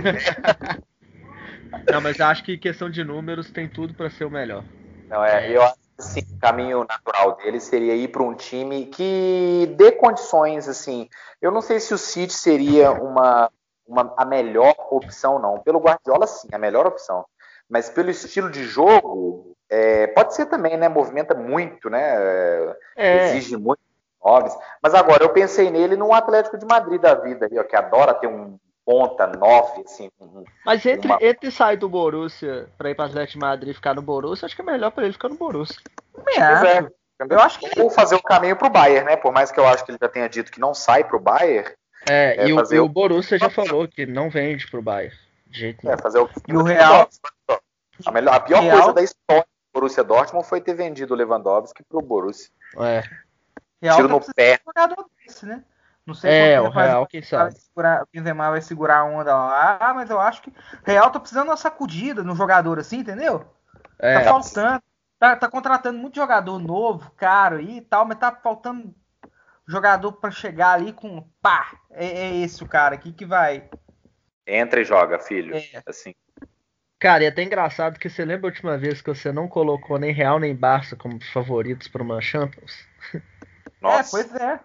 Não, mas acho que questão de números tem tudo para ser o melhor. Não, é, eu acho que assim, o caminho natural dele seria ir para um time que dê condições, assim. Eu não sei se o City seria uma, uma, a melhor opção, não. Pelo Guardiola, sim, a melhor opção. Mas pelo estilo de jogo, é, pode ser também, né? Movimenta muito, né? É. Exige muito móveis. Mas agora, eu pensei nele num Atlético de Madrid da vida, ó, que adora ter um ponta nove, assim. Um, Mas entre, uma... entre sair do Borussia pra ir para Atlético de Madrid e ficar no Borussia, acho que é melhor para ele ficar no Borussia. Pois é. Eu acho que... Ou fazer o caminho pro Bayern, né? Por mais que eu acho que ele já tenha dito que não sai pro Bayern. É, é e, o, e o... o Borussia já falou que não vende pro Bayern. De jeito nenhum. É, fazer o... E o Real... A, melhor, a pior Real... coisa da história do Borussia Dortmund foi ter vendido o Lewandowski pro Borussia. É. Real Tiro tá no pé. De um jogador desse, né? Não sei é, o Real, quem sabe. Segurar, o Benzema vai segurar a onda lá, mas eu acho que o Real tá precisando de uma sacudida no jogador assim, entendeu? É. Tá faltando. Tá, tá contratando muito jogador novo, caro aí e tal, mas tá faltando jogador pra chegar ali com pá. É, é esse o cara aqui que vai. Entra e joga, filho. É. Assim. Cara, e é até engraçado que você lembra a última vez que você não colocou nem Real nem Barça como favoritos para uma Champions? Nossa. É, pois é.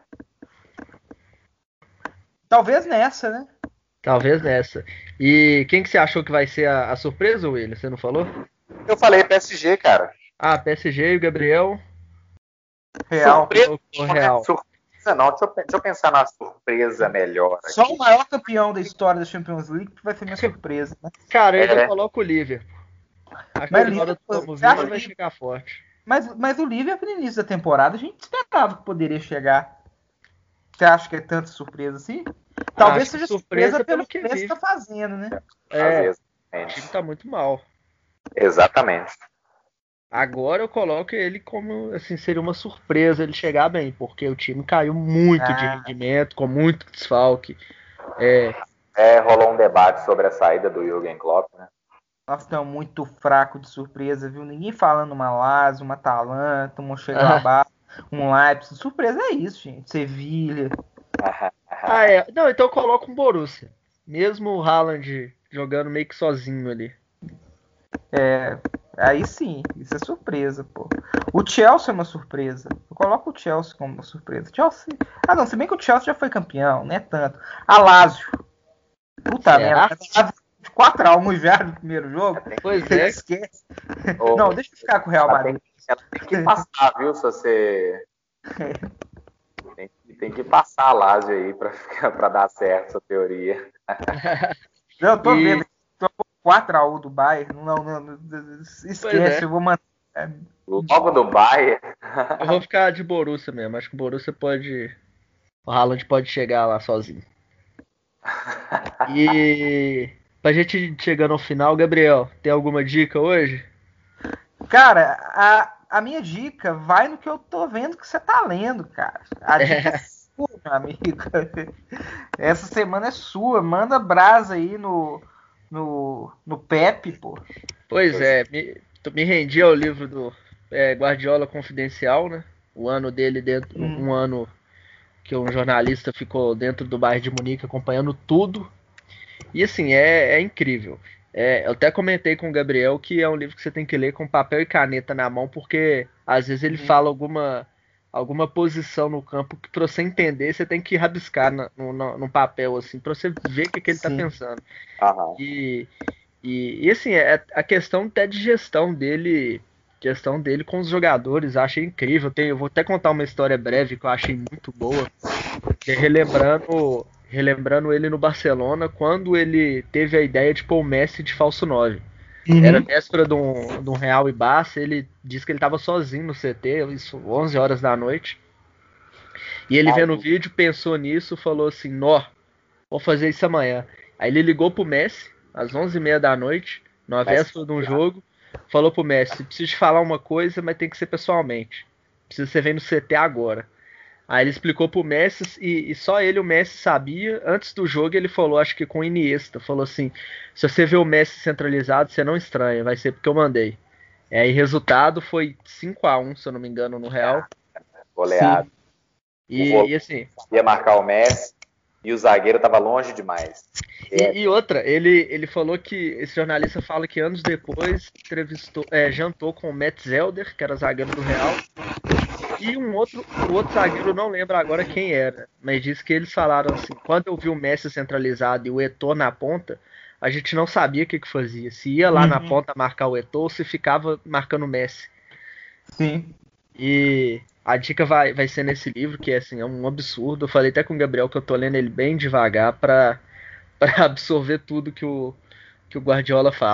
Talvez nessa, né? Talvez nessa. E quem que você achou que vai ser a, a surpresa, William? Você não falou? Eu falei P S G, cara. Ah, P S G e o Gabriel. Real. Surpresa, Real. Surpresa não, deixa eu, deixa eu pensar na surpresa melhor aqui. Só o maior campeão da história da Champions League que vai ser minha surpresa, né? Cara, eu ainda É. coloco o Liverpool. Acho Mas que na hora do Liverpool, vamos você ver acha ele vai que- chegar forte. Mas, mas o Liverpool no início da temporada a gente esperava que poderia chegar. Você acha que é tanta surpresa assim? Talvez Acho que seja surpresa surpresa pelo pelo que que ele vi. está fazendo, né? É, Às o vezes, time tá muito mal. Exatamente. Agora eu coloco ele como, assim, seria uma surpresa ele chegar bem, porque o time caiu muito de Ah. rendimento, com muito desfalque. É, É, rolou um debate sobre a saída do Jürgen Klopp, né? Nós estamos muito fraco de surpresa, viu? Ninguém falando uma Lazio, uma Atalanta, um Mönchengladbach, um Leipzig. Surpresa é isso, gente. Sevilha. Ah, é. Não, então eu coloco um Borussia. Mesmo o Haaland jogando meio que sozinho ali. É, aí sim, isso é surpresa, pô. O Chelsea é uma surpresa. Eu coloco o Chelsea como uma surpresa. Chelsea. Ah, não, se bem que o Chelsea já foi campeão, não é tanto. A Lazio. Puta Será? merda. quatro a um já no primeiro jogo. Pois é. Esquece. Ô, Não, deixa eu ficar com o Real ela Madrid. tem, ela tem que passar, viu? Se você. Tem, que- tem que passar a Lazio aí pra, ficar- pra dar certo essa teoria. Não, eu tô E- vendo. Tô quatro a um do Bayern. Não, não, não, esquece, Pois é. eu vou manter. Logo do Bayern. Eu vou ficar de Borussia mesmo. Acho que o Borussia pode. O Haaland pode chegar lá sozinho. E. Pra gente ir chegando ao final, Gabriel, tem alguma dica hoje? Cara, a, a minha dica vai no que eu tô vendo que você tá lendo, cara. A dica é sua, meu amigo. Essa semana é sua. Manda brasa aí no, no, no Pepe, pô. Pois é, me, me rendi ao livro do é, Guardiola Confidencial, né? O ano dele dentro, Hum. um ano que um jornalista ficou dentro do Bayern de Munique acompanhando tudo. E assim, é, é incrível. É, eu até comentei com o Gabriel que é um livro que você tem que ler com papel e caneta na mão, porque às vezes ele Uhum. fala alguma, alguma posição no campo que pra você entender, você tem que rabiscar na- no, no, no papel, assim, pra você ver o que, que ele tá Sim. pensando. Aham. E, e, e, assim, é, a questão até de gestão dele, gestão dele com os jogadores, eu achei incrível. Tem, eu vou até contar uma história breve que eu achei muito boa, que é relembrando, relembrando ele no Barcelona, quando ele teve a ideia de pôr o Messi de falso nove. Era véspera de um, de um Real e Barça, ele disse que ele estava sozinho no C T, isso onze horas da noite. E ele vendo o vídeo, pensou nisso, falou assim, nó, vou fazer isso amanhã. Aí ele ligou pro Messi, às onze e meia da noite, na Messi, véspera de um jogo, falou pro Messi, preciso te falar uma coisa, mas tem que ser pessoalmente. Precisa você vir no C T agora. Aí ele explicou pro Messi e, e só ele, o Messi, sabia. Antes do jogo ele falou, acho que com o Iniesta, falou assim, se você vê o Messi centralizado, você não estranha, vai ser porque eu mandei. E aí resultado foi cinco a um, se eu não me engano, no Real. Goleado. E, O gol- e assim, Ia marcar o Messi e o zagueiro tava longe demais. E, e outra, ele, ele falou que esse jornalista fala que anos depois entrevistou, é, jantou com o Metzelder, que era zagueiro do Real, e um outro, o outro zagueiro, eu não lembro agora quem era, mas disse que eles falaram assim, quando eu vi o Messi centralizado e o Eto'o na ponta, a gente não sabia o que que fazia, se ia lá na Uhum. ponta marcar o Eto'o ou se ficava marcando o Messi. Sim. E a dica vai, vai ser nesse livro, que é, assim, é um absurdo. Eu falei até com o Gabriel que eu tô lendo ele bem devagar pra, pra absorver tudo que o, que o Guardiola fala.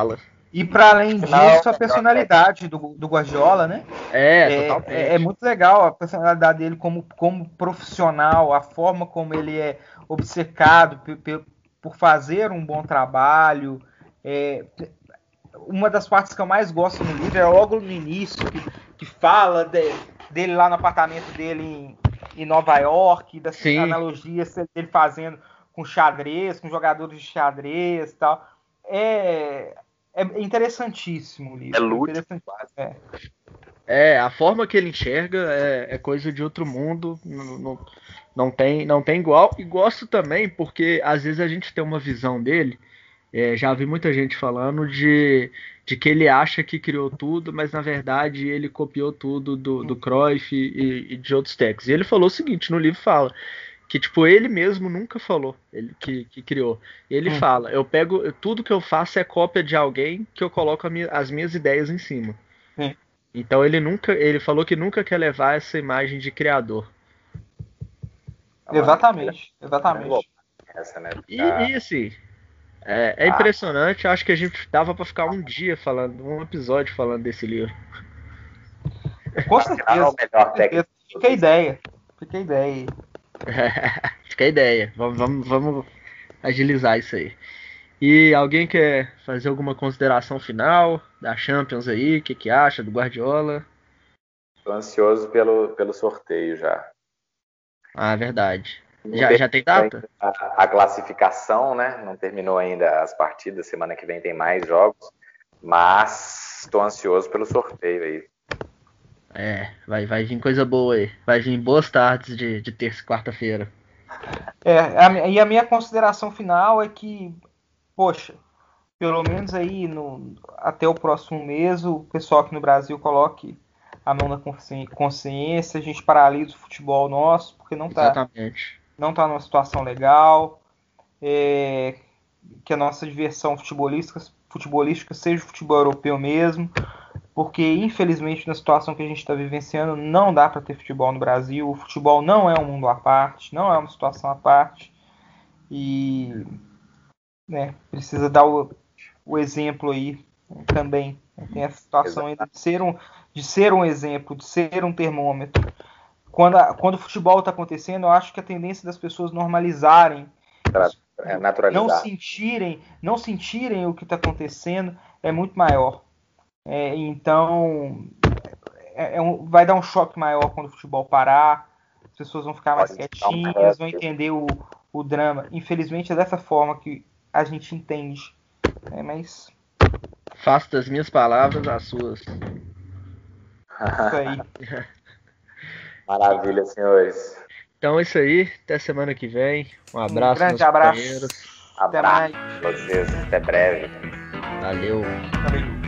E para além Final, disso, a personalidade do, do Guardiola, né? É, É, totalmente. é, é muito legal a personalidade dele como, como profissional, a forma como ele é obcecado por, por fazer um bom trabalho. É, uma das partes que eu mais gosto no livro é logo no início, que, que fala de, dele lá no apartamento dele em, em Nova York, das Sim. analogias dele fazendo com xadrez, com jogadores de xadrez e tal. É, é interessantíssimo o livro. É lúdico, Interessantíssimo. É. É, a forma que ele enxerga é, é coisa de outro mundo, não, não, não, tem, não tem igual. E gosto também porque às vezes a gente tem uma visão dele, é, já vi muita gente falando de, de que ele acha que criou tudo, mas na verdade ele copiou tudo do, do Cruyff e, e de outros técnicos. E ele falou o seguinte, no livro fala, que tipo, ele mesmo nunca falou ele, que, que criou. Ele Hum. fala, eu pego, tudo que eu faço é cópia de alguém que eu coloco a minha- as minhas ideias em cima. Sim. Então ele nunca, ele falou que nunca quer levar essa imagem de criador. Exatamente, exatamente. Essa, né? E, e assim, é, é impressionante. Acho que a gente dava pra ficar um dia falando, um episódio falando desse livro. Com Afinal, certeza. é o melhor Com certeza. técnico. Fica a ideia. Fica a ideia aí. Fica a ideia. Vamos, vamos, vamos agilizar isso aí. E alguém quer fazer alguma consideração final da Champions aí? O que, que acha do Guardiola? Tô ansioso pelo, pelo sorteio já. Ah, verdade. Não Já, já tem terminou data? ainda A, a classificação, né? Não terminou ainda as partidas. Semana que vem tem mais jogos. Mas estou ansioso pelo sorteio aí. É, vai, vai vir coisa boa aí. Vai vir boas tardes de, de terça e quarta-feira. É, a, e a minha consideração final é que, poxa, pelo menos aí no, até o próximo mês, o pessoal aqui no Brasil coloque a mão na consciência, a gente paralisa o futebol nosso, porque não está Exatamente. não tá numa situação legal, é, que a nossa diversão futebolística, futebolística seja o futebol europeu mesmo, porque infelizmente na situação que a gente está vivenciando não dá para ter futebol no Brasil, o futebol não é um mundo à parte, não é uma situação à parte, e né, precisa dar o, o exemplo aí também, tem essa situação ainda de ser um, de ser um exemplo, de ser um termômetro. Quando, a, quando o futebol está acontecendo, eu acho que a tendência das pessoas normalizarem, É naturalizar. não sentirem, não sentirem o que está acontecendo é muito maior. É, então, é, é um, vai dar um choque maior quando o futebol parar, as pessoas vão ficar mais quietinhas, vão entender o, o drama. Infelizmente, é dessa forma que a gente entende. É, mas... Faço das minhas palavras as suas. Isso aí. Maravilha, senhores. Então é isso aí. Até semana que vem. Um abraço, Um grande meus abraço. companheiros. Até Abraço mais. pra vocês. Até breve. Valeu. Valeu.